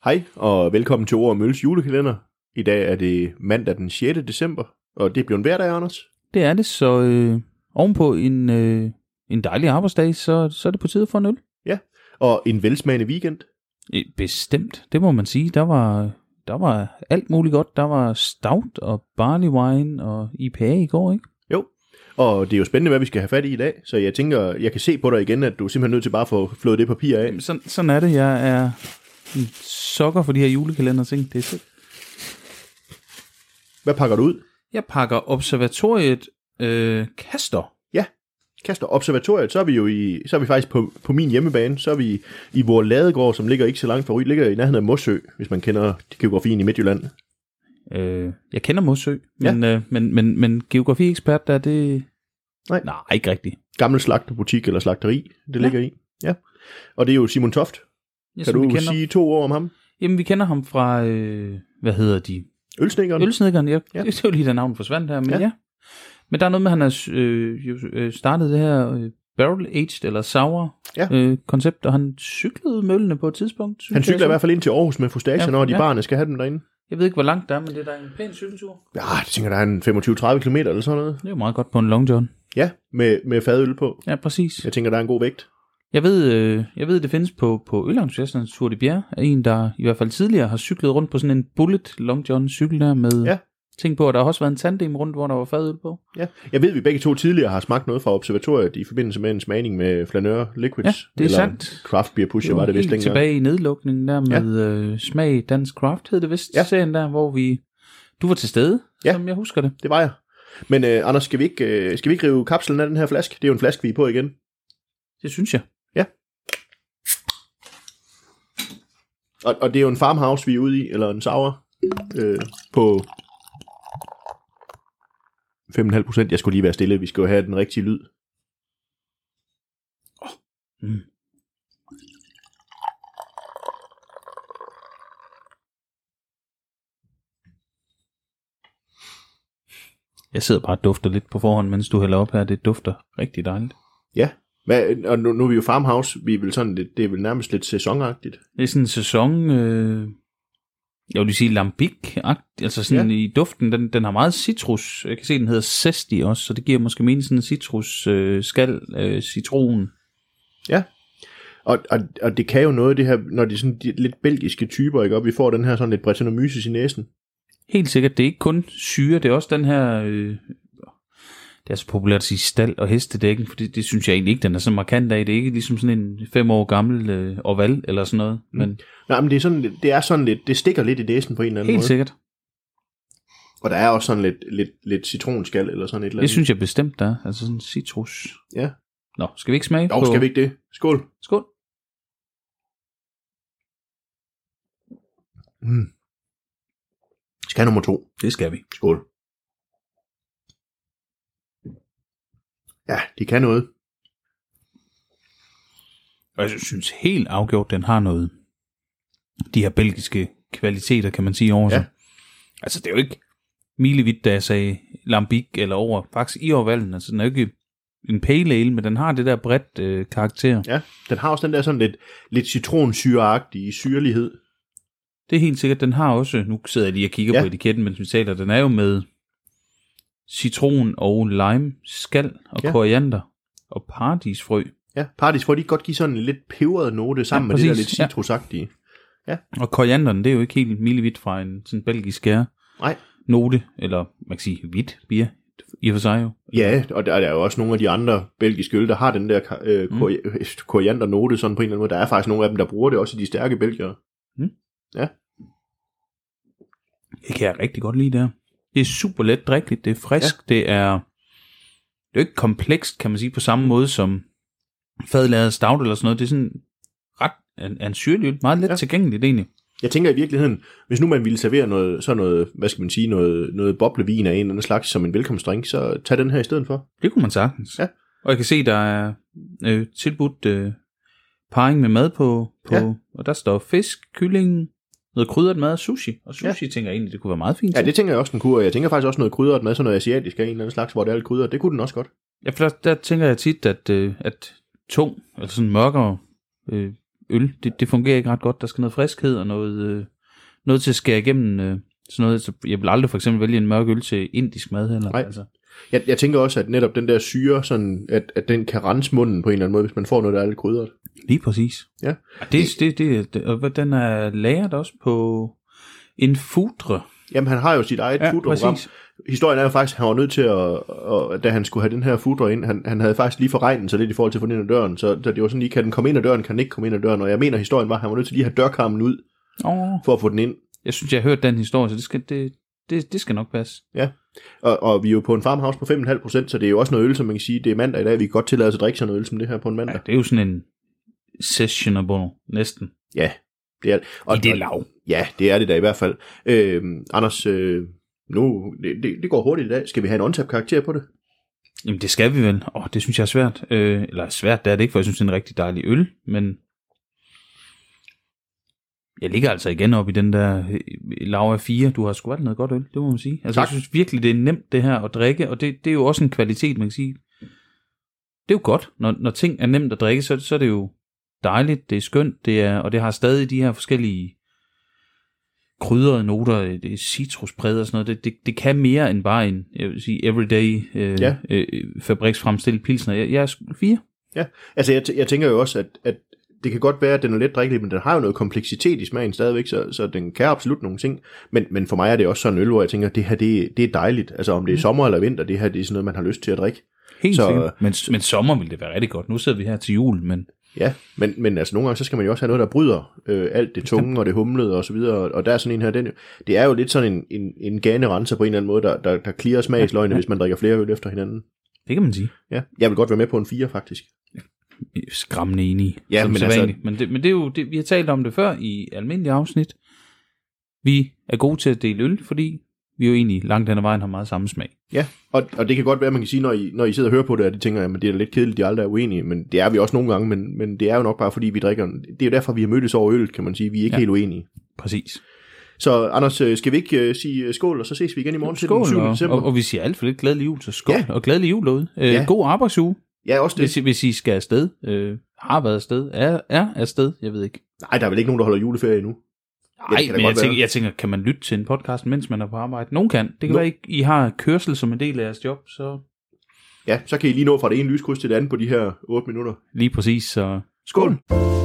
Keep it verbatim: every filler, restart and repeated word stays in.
Hej og velkommen til Ord og Mølles julekalender. I dag er det mandag den sjette december, og det er blevet hverdag, Anders. Det er det, så øh, ovenpå en, øh, en dejlig arbejdsdag, så, så er det på tide for en øl. Ja, og en velsmagende weekend. Bestemt, det må man sige. Der var, der var alt muligt godt. Der var stout og barley wine og I P A i går, ikke? Jo, og det er jo spændende, hvad vi skal have fat i i dag, så jeg tænker, jeg kan se på dig igen, at du er simpelthen nødt til bare at få flået det papir af. Jamen, sådan, sådan er det. Jeg er en sokker for de her julekalender ting. Det er så... Hvad pakker du ud? Jeg pakker observatoriet øh, Kaster. Ja, Kaster Observatoriet, så er vi jo i, så er vi faktisk på, på min hjemmebane, så er vi i vores ladegård, som ligger ikke så langt fra Ry, ligger i nærheden af Mossø, hvis man kender geografien i Midtjylland. Øh, jeg kender Mossø, men, ja. øh, men, men, men geografiekspert, der er det... Nej. Nej, ikke rigtigt. Gammel slagterbutik eller slagteri, det ja. ligger i. Ja. Og det er jo Simon Toft. Ja, kan du kender... sige to ord om ham? Jamen, vi kender ham fra, øh, hvad hedder de? Ølsnikkeren. Ølsnikkeren, ja. ja. Det er jo lige, der navnet forsvandt her, men ja. ja. Men der er noget med, at han har øh, startet det her øh, barrel-aged eller sour ja. øh, koncept, og han cyklede møllene på et tidspunkt. Han cykler i hvert fald ind til Aarhus med Fustasia, ja. når de ja. barne skal have dem derinde. Jeg ved ikke, hvor langt der er, men det er der en pæn cykeltur. Ja, jeg tænker, der er en femogtyve til tredive kilometer eller sådan noget. Det er jo meget godt på en long john. Ja, med, med fadøl på. Ja, præcis. Jeg tænker, der er en god vægt. Jeg ved, øh, jeg ved det findes på, på Ølandsfjæsternes Tour de Bjerre, af en, der i hvert fald tidligere har cyklet rundt på sådan en bullet long john cykel der med... Ja. Tænk på, at der har også været en tandem rundt, hvor der var fadøl på. Ja, jeg ved, at vi begge to tidligere har smagt noget fra observatoriet i forbindelse med en smagning med Flaneur Liquids. Ja, det er eller sandt. Craft Beer Pusher var det vist dengang. Tilbage i nedlukningen der med ja. øh, Smag Dansk Craft, hed det vist, ja. serien der, hvor vi... Du var til stede, ja. som jeg husker det. Det var jeg. Men øh, Anders, skal vi, ikke, øh, skal vi ikke rive kapslen af den her flaske? Det er jo en flaske, vi er på igen. Det synes jeg. Ja. Og, og det er jo en farmhouse, vi er ude i, eller en sour, øh, på fem komma fem procent. Jeg skulle lige være stille, vi skal jo have den rigtige lyd. Oh. Mm. Jeg sidder bare og dufter lidt på forhånd, mens du hælder op her. Det dufter rigtig dejligt. Ja, Hvad, og nu, nu er vi jo farmhouse. Vi er vel sådan lidt, det er vel nærmest lidt sæsonagtigt. Det er sådan en sæson, øh, jeg vil lige sige lambic-agtigt. Altså sådan ja. i duften, den, den har meget citrus. Jeg kan se, den hedder zesty også, så det giver måske mening sådan en citrus, øh, skal, øh, citron. Ja, og, og, og det kan jo noget, det her, når det er sådan de lidt belgiske typer, ikke? Og vi får den her sådan lidt Brettanomyces i næsen. Helt sikkert, det er ikke kun syre, det er også den her, øh, det er så populært at sige stald og hestedækken, for det, det synes jeg egentlig ikke, den er så markant af. Det er ikke ligesom sådan en fem år gammel øh, oval eller sådan noget. Men... Mm. Nej, men det er, sådan, det er sådan lidt, det stikker lidt i næsen på en eller anden Helt måde. Helt sikkert. Og der er også sådan lidt, lidt, lidt citronskal eller sådan et eller andet. Det synes jeg bestemt, der er. Altså sådan citrus. Ja. Nå, skal vi ikke smage jo, på... skal vi ikke det? Skål. Skål. Mm. Skal nummer to. Det skal vi. Skål. Ja, de kan noget. Og jeg synes helt afgjort, den har noget. De her belgiske kvaliteter, kan man sige over sig. Ja. Altså, det er jo ikke milevidt, da jeg sagde lambic eller over. Faktisk i overvalgen, altså den er jo ikke en pale ale, men den har det der bredt øh, karakter. Ja, den har også den der sådan lidt, lidt citronsyreagtige syrlighed. Det er helt sikkert, den har også, nu sidder jeg lige og kigger ja. på etiketten, mens vi taler, den er jo med citron og lime, skal og ja. koriander og paradisfrø. Ja, paradisfrø, de kan godt give sådan en lidt peberet note sammen ja, med det der lidt citrusagtige. Ja. Og korianderen, det er jo ikke helt milevidt fra en sådan belgisk skære Nej. note, eller man kan sige hvidt bier, i og for sig jo. Ja, og der er jo også nogle af de andre belgiske øl, der har den der øh, mm. koriander note sådan på en eller anden måde. Der er faktisk nogle af dem, der bruger det også i de stærke belgiere. Mm. Ja. Det kan jeg rigtig godt lide der. Det er super let drikkeligt, det er frisk, ja. det er det er jo ikke komplekst, kan man sige, på samme måde som fadlaget stout eller sådan noget. Det er sådan ret en, en syrlig øl, meget let ja. tilgængeligt egentlig. Jeg tænker i virkeligheden, hvis nu man ville servere noget, så noget, hvad skal man sige, noget, noget boblevin af en eller anden slags som en velkomstdrink, så tag den her i stedet for. Det kunne man sagtens. Ja. Og jeg kan se, der er øh, tilbudt øh, parring med mad på, på ja. og der står fisk, kylling, noget krydret mad og sushi. Og sushi ja. tænker jeg egentlig, det kunne være meget fint. Ja, det tænker jeg også, den kunne. Og jeg tænker faktisk også noget krydret mad, sådan noget asiatisk af en eller anden slags, hvor det er lidt krydret. Det kunne den også godt. Ja, for der, der tænker jeg tit, at, øh, at tung, eller sådan mørkere, øh, øl, det, det fungerer ikke ret godt. Der skal noget friskhed og noget, øh, noget til at skære igennem. Øh, sådan noget. Så jeg vil aldrig for eksempel vælge en mørk øl til indisk mad heller. Nej. Altså. Jeg, jeg tænker også, at netop den der syre, sådan, at, at den kan rense munden på en eller anden måde, hvis man får noget, der er lidt krydret. Lige præcis. Ja. Det, det, det, det, og den er lagret også på en foodre. Jamen, han har jo sit eget ja, foodre-program. Historien er jo faktisk, at han var nødt til at, at da han skulle have den her foodre ind, han, han havde faktisk lige forregnet sig lidt i forhold til at få den ind ad døren, så, så det var sådan lige, kan den komme ind ad døren, kan den ikke komme ind ad døren, og jeg mener, historien var, at han var nødt til lige at have dørkarmen ud, oh. for at få den ind. Jeg synes, jeg har hørt den historie, så det skal, det, det, det skal nok passe. Ja, og, og vi er jo på en farmhouse på fem komma fem procent, så det er jo også noget øl, som man kan sige, det er mandag i dag, vi kan godt tillade os at drikke sådan noget øl som det her på en mandag. Ja, det er jo sådan en sessionable, næsten. Ja, det er og, I det lav. Ja, det er det da i hvert fald. Øh, Anders, øh, nu, det, det, det går hurtigt i dag. Skal vi have en on-tap karakter på det? Jamen, det skal vi vel. Åh, det synes jeg er svært. Øh, eller svært, det er det ikke, for jeg synes, det er en rigtig dejlig øl, men jeg ligger altså igen op i den der lav af fire. Du har sgu alt noget godt øl, det må man sige. Altså, tak. Jeg synes virkelig, det er nemt det her at drikke, og det, det er jo også en kvalitet, man kan sige. Det er jo godt. Når, når ting er nemt at drikke, så, så er det jo dejligt, det er skønt, det er, og det har stadig de her forskellige krydrede noter, det er citruspræget og sådan noget, det, det, det kan mere end bare en, jeg vil sige, everyday øh, ja. øh, fabriksfremstillet pilsner. Jeg, jeg er fire. Ja, altså jeg, jeg tænker jo også, at, at det kan godt være, at den er let drikkelig, men den har jo noget kompleksitet i smagen stadigvæk, så, så den kan absolut nogle ting, men, men for mig er det også sådan en øl, hvor jeg tænker, det her, det, det er dejligt, altså om det er mm. sommer eller vinter, det her, det er sådan noget, man har lyst til at drikke. Helt sikkert, men, men sommer vil det være rigtig godt, nu sidder vi her til jul, men ja, men, men altså nogle gange, så skal man jo også have noget, der bryder øh, alt det tunge og det humlede og så videre, og der er sådan en her, den, det er jo lidt sådan en, en, en ganerenser på en eller anden måde, der, der, der clearer smagsløgene, ja, ja. Hvis man drikker flere øl efter hinanden. Det kan man sige. Ja, jeg vil godt være med på en fire, faktisk. Skræmmende enig. Ja, men altså men, det, men det er jo, det, vi har talt om det før i almindelige afsnit. Vi er gode til at dele øl, fordi vi jo egentlig langt hen ad vejen har meget samme smag. Ja, og, og det kan godt være, man kan sige, når I, når I sidder og hører på det, at de tænker, at det er lidt kedeligt, de aldrig er uenige, men det er vi også nogle gange, men, men det er jo nok bare, fordi vi drikker, det er jo derfor, vi har mødtes over øl, kan man sige, vi er ikke ja. helt uenige. Præcis. Så Anders, skal vi ikke uh, sige skål, og så ses vi igen i morgen skål, til den syvende december? Og, og vi siger alt for lidt glædelig jul, så skål, ja. Og glædelig jul derude. Uh, ja. God arbejdsuge. Ja, også det. Hvis, hvis I skal afsted, øh, har været afsted, er, er afsted, jeg ved ikke. Nej, der er vel ikke nogen, der holder juleferie endnu. Nej, men jeg tænker, jeg tænker, kan man lytte til en podcast, mens man er på arbejde? Nogen kan. Det kan no. være, ikke I har kørsel som en del af jeres job, så ja, så kan I lige nå fra det ene lyskryds til det andet på de her otte minutter. Lige præcis, så skål!